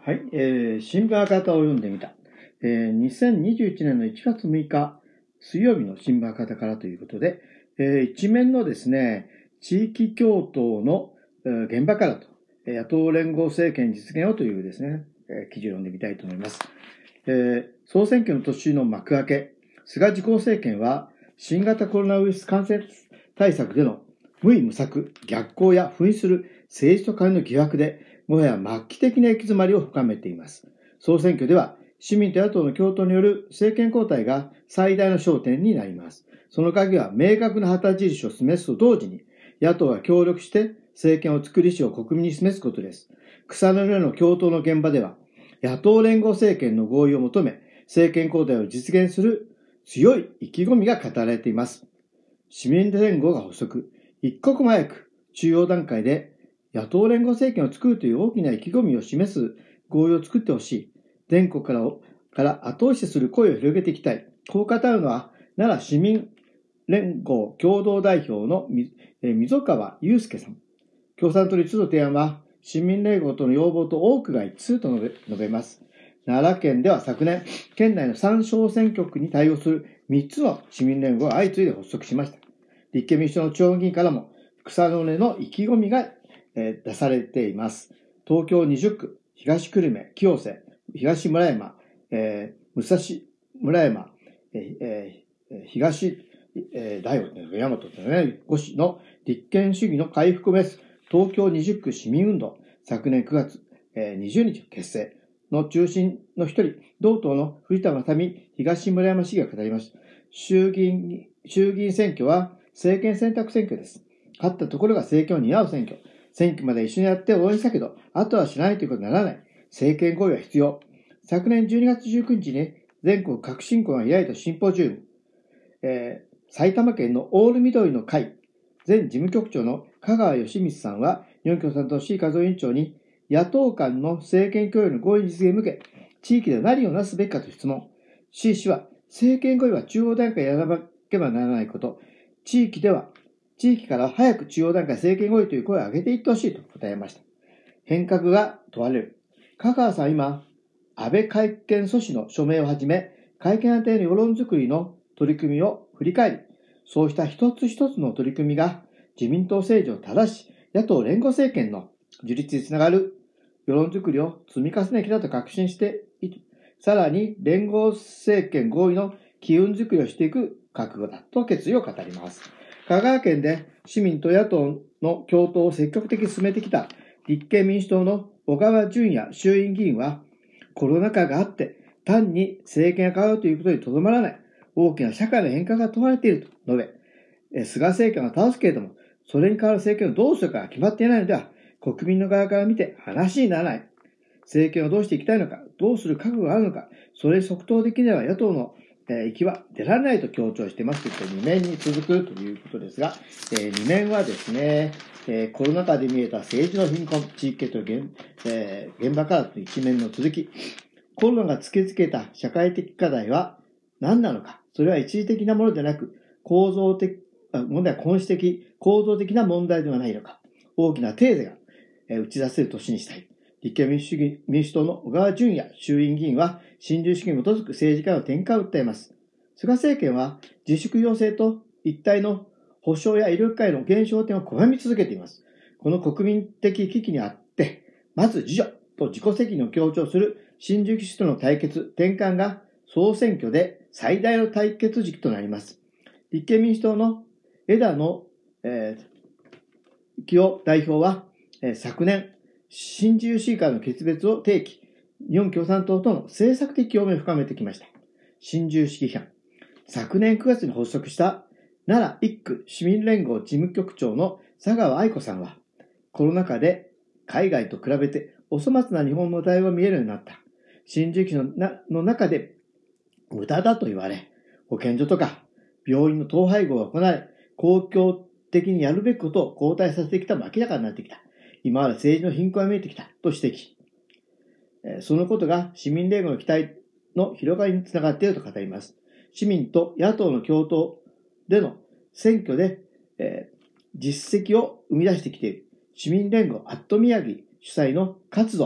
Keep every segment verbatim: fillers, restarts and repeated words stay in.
はい、えー、新聞赤旗を読んでみた、えー、にせんにじゅういちねんのいちがつむいか水曜日の新聞赤旗からということで、えー、一面のですね、地域共闘の、えー、現場からと、野党連合政権実現をというですね、えー、記事を読んでみたいと思います。えー、総選挙の年の幕開け、菅自公政権は新型コロナウイルス感染対策での無為無策、逆行や不意する政治と金の疑惑で、もはや末期的な行き詰まりを深めています。総選挙では市民と野党の共闘による政権交代が最大の焦点になります。その鍵は明確な旗印を示すと同時に、野党が協力して政権を作る意思を国民に示すことです。草の根の共闘の現場では、野党連合政権の合意を求め、政権交代を実現する強い意気込みが語られています。市民連合が発足、一刻も早く中央段階で野党連合政権を作るという大きな意気込みを示す合意を作ってほしい。全国からから後押しする声を広げていきたい。こう語るのは、奈良市民連合共同代表の溝川祐介さん。共産党立の提案は、市民連合との要望と多くが一致すると述べ述べます。奈良県では昨年、県内のさん小選挙区に対応するみっつの市民連合が相次いで発足しました。立憲民主党の地方議員からも、草の根の意気込みが出されています。東京にじゅっく、東久留米、清瀬、東村山、えー、武蔵村山、えー、東、えー、大和、大和ですね、ご市の立憲主義の回復を目指す東京にじゅっく市民運動、昨年くがつ、えー、にじゅうにち結成の中心の一人、同党の藤田正美東村山市議が語りました。衆議院、衆議院選挙は政権選択選挙です。勝ったところが政権を担う選挙。選挙まで一緒にやって応援したけど、あとはしないということにならない。政権合意は必要。昨年じゅうにがつじゅうくにちに全国革新校が開いたシンポジウム、えー、埼玉県のオール緑の会、前事務局長の香川義光さんは、日本共産党 C 和夫委員長に、野党間の政権共有の合意実現に向け、地域では何をなすべきかと質問。C 氏は、政権合意は中央段階でやらなければならないこと、地域では、地域から早く中央段階政権合意という声を上げていってほしいと答えました。変革が問われる。香川さんは今、安倍改憲阻止の署名をはじめ、改憲安定の世論づくりの取り組みを振り返り、そうした一つ一つの取り組みが自民党政治を正し、野党連合政権の樹立につながる世論づくりを積み重ねてきたと確信している。さらに連合政権合意の機運づくりをしていく覚悟だと決意を語ります。香川県で市民と野党の共闘を積極的に進めてきた立憲民主党の小川淳也衆院議員は、コロナ禍があって単に政権が変わるということにとどまらない大きな社会の変革が問われていると述べ、菅政権は倒すけれども、それに代わる政権をどうするかが決まっていないのでは、国民の側から見て話にならない。政権をどうしていきたいのか、どうする覚悟があるのか、それに即答できれば野党のえー、行きは出られないと強調していますというに面に続くということですが、えー、に面はですね、えー、コロナ禍で見えた政治の貧困、地域と現、えー、現場からという一面の続き、コロナが突きつけた社会的課題は何なのか、それは一時的なものでなく、構造的、問題は根治的、構造的な問題ではないのか、大きなテーゼが、えー、打ち出せる年にしたい。立憲民主主義民主党の小川淳也衆院議員は、新自由主義に基づく政治家の転換を訴えます。菅政権は自粛要請と一体の保障や医療機関の減少点を拒み続けています。この国民的危機にあって、まず自助と自己責任を強調する新自由主義との対決、転換が総選挙で最大の対決軸となります。立憲民主党の枝野、えー、清代表は、えー、昨年、新自由主義からの決別を提起、日本共産党との政策的共鳴を深めてきました。新自由主義批判。昨年くがつに発足した奈良一区市民連合事務局長の佐川愛子さんは、コロナ禍で海外と比べてお粗末な日本の対応が見えるようになった。新自由主義 の, なの中で無駄だと言われ、保健所とか病院の統廃合が行われ、公共的にやるべきことを後退させてきたも明らかになってきた。今まで政治の貧困が見えてきたと指摘。そのことが市民連合の期待の広がりにつながっていると語ります。市民と野党の共闘での選挙で、えー、実績を生み出してきている市民連合アット宮城主催の活動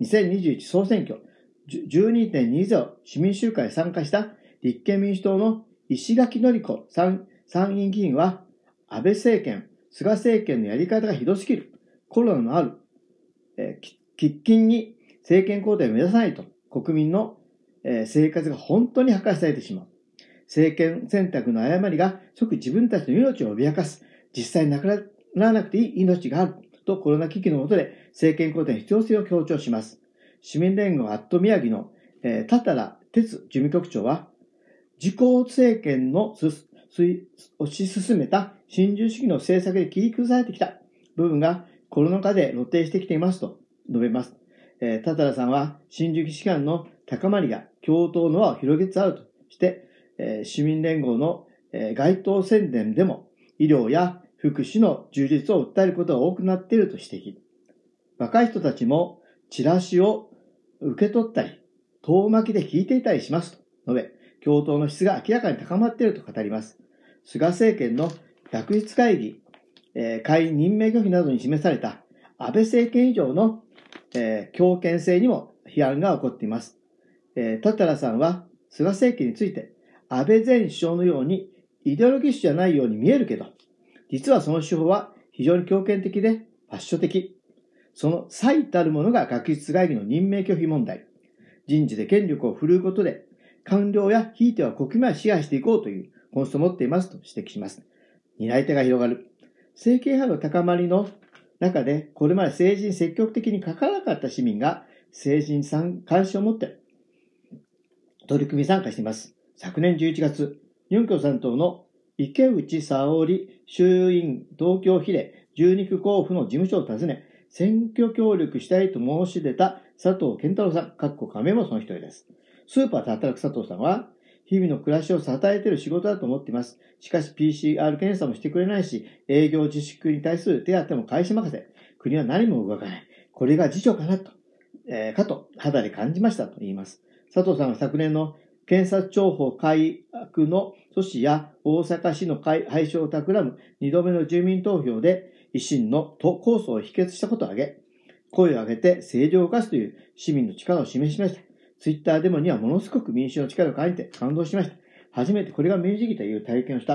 にせんにじゅういち総選挙 じゅうにてんにじゅう 市民集会に参加した立憲民主党の石垣のり子参院議員は、安倍政権、菅政権のやり方がひどすぎる。コロナのある、えー、喫緊に政権交代を目指さないと、国民の、えー、生活が本当に破壊されてしまう。政権選択の誤りが即自分たちの命を脅かす。実際になくならなくていい命がある。とコロナ危機の下で政権交代の必要性を強調します。市民連合アット宮城の、えー、多々良哲事務局長は、自公政権の推し進めた新自由主義の政策で切り崩されてきた部分がコロナ禍で露呈してきていますと述べます。えー、多々良さんは新自由主義観の高まりが共闘の輪を広げつつあるとして、えー、市民連合の、えー、街頭宣伝でも医療や福祉の充実を訴えることが多くなっていると指摘。若い人たちもチラシを受け取ったり、遠巻きで聞いていたりしますと述べ、共闘の質が明らかに高まっていると語ります。菅政権の学術会議、えー、会員任命拒否などに示された安倍政権以上の、えー、強権性にも批判が起こっています。えー、多々良さんは菅政権について、安倍前首相のようにイデオロギッシュじゃないように見えるけど、実はその手法は非常に強権的でファッション的。その最たるものが学術会議の任命拒否問題。人事で権力を振るうことで、官僚やひいては国民を支配していこうという本質を持っていますと指摘します。担い手が広がる。政権派の高まりの中で、これまで政治に積極的に関わらなかった市民が政治に関心を持って取り組み参加しています。昨年じゅういちがつ、日本共産党の池内沙織衆院東京比例じゅうに区候補の事務所を訪ね、選挙協力したいと申し出た佐藤健太郎さん、かっこ仮名もその一人です。スーパーで働く佐藤さんは、日々の暮らしを支えている仕事だと思っています。しかし ピーシーアール 検査もしてくれないし、営業自粛に対する手当も会社任せ。国は何も動かない。これが自助かなと、えー、かと肌で感じましたと言います。佐藤さんは昨年の検察庁法改悪の阻止や大阪市の廃止を企むにどめの住民投票で維新の控訴を否決したことを挙げ、声を上げて政治を動かすという市民の力を示しました。ツイッターデモにはものすごく民主の力を感じて感動しました。初めてこれが民主主義という体験をした。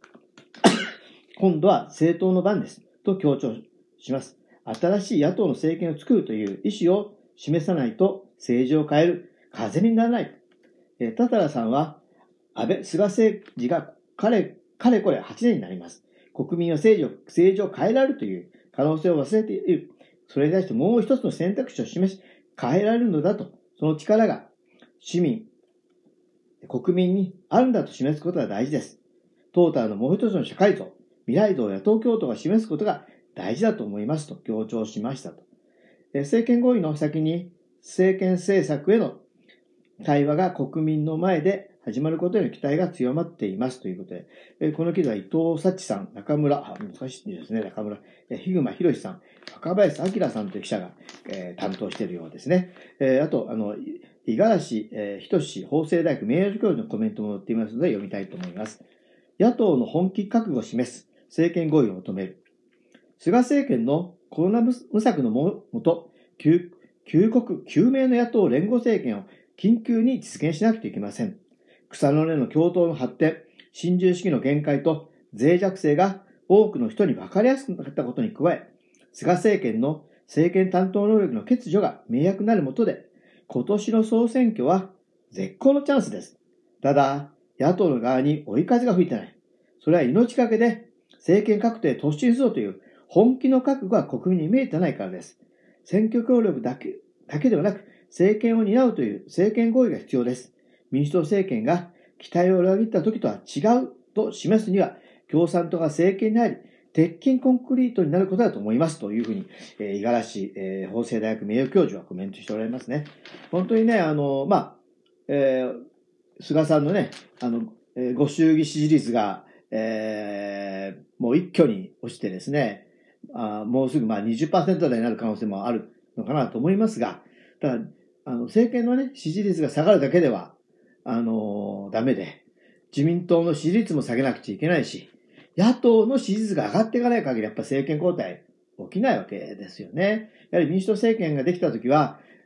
今度は政党の番です。と強調します。新しい野党の政権を作るという意思を示さないと政治を変える風にならない。えー、多々良さんは、安倍、菅政治がかれ、かれこれはちねんになります。国民は政治を、政治を変えられるという可能性を忘れている。それに対してもう一つの選択肢を示し、変えられるのだと、その力が市民、国民にあるんだと示すことが大事です。トータルのもう一つの社会像、未来像や東京都が示すことが大事だと思いますと強調しましたと。政権合意の先に政権政策への対話が国民の前で始まることへの期待が強まっていますということで、この記事は伊藤幸さん、中村、難しいですね、中村、日熊博さん、若林明さんという記者が、えー、担当しているようですね。えー、あと、あの、五十嵐、えー、仁法政大学名誉教授のコメントも載っていますので読みたいと思います。野党の本気覚悟を示す政権合意を求める。菅政権のコロナ無策のもと、救国、救命の野党連合政権を緊急に実現しなくてはいけません。草の根の共闘の発展、新自由主義の限界と脆弱性が多くの人に分かりやすくなったことに加え、菅政権の政権担当能力の欠如が明白なるもとで、今年の総選挙は絶好のチャンスです。ただ、野党の側に追い風が吹いてない。それは命がけで政権確定突進するという本気の覚悟が国民に見えてないからです。選挙協力だけ、だけではなく、政権を担うという政権合意が必要です。民主党政権が期待を裏切った時とは違うと示すには、共産党が政権に入り、鉄筋コンクリートになることだと思いますというふうに、えー、五十嵐、えー、法政大学名誉教授はコメントしておられますね。本当にね、あの、まあ、えー、菅さんのね、あの、えー、ご祝儀支持率が、えー、もう一挙に落ちてですね、あもうすぐまあ にじゅっパーセント 台になる可能性もあるのかなと思いますが、ただ、あの、政権のね、支持率が下がるだけでは、あのー、ダメで、自民党の支持率も下げなくちゃいけないし、野党の支持率が上がっていかない限り、やっぱ政権交代起きないわけですよね。やはり民主党政権ができたときは、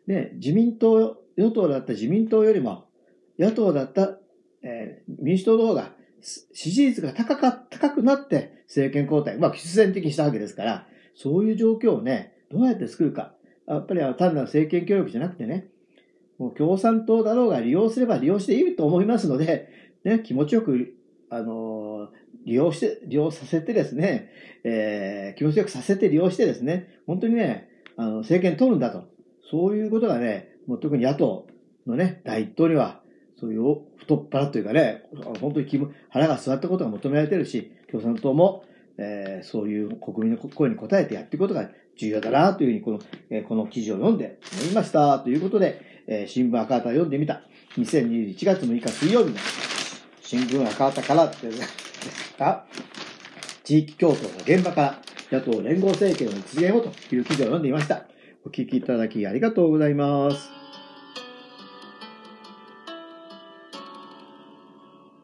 ね、自民党、与党だった自民党よりも、野党だった、えー、民主党の方が支持率が高か、高くなって政権交代、まあ必然的にしたわけですから、そういう状況をね、どうやって作るか。やっぱり単なる政権協力じゃなくてね、もう共産党だろうが利用すれば利用していいと思いますので、ね、気持ちよく、あのー、利用して、利用させてですね、えー、気持ちよくさせて利用してですね、本当にね、あの、政権取るんだと。そういうことがね、もう特に野党のね、第一党には、そういう太っ腹というかね、本当に気分腹が据わったことが求められているし、共産党も、えー、そういう国民の声に応えてやっていくことが重要だなというふうにこの、えー、この記事を読んで思いましたということで、えー、新聞赤旗を読んでみたにせんにじゅういちがつむいか水曜日の新聞赤旗からですが、地域共闘の現場から野党連合政権の実現をという記事を読んでいました。お聞きいただきありがとうございます。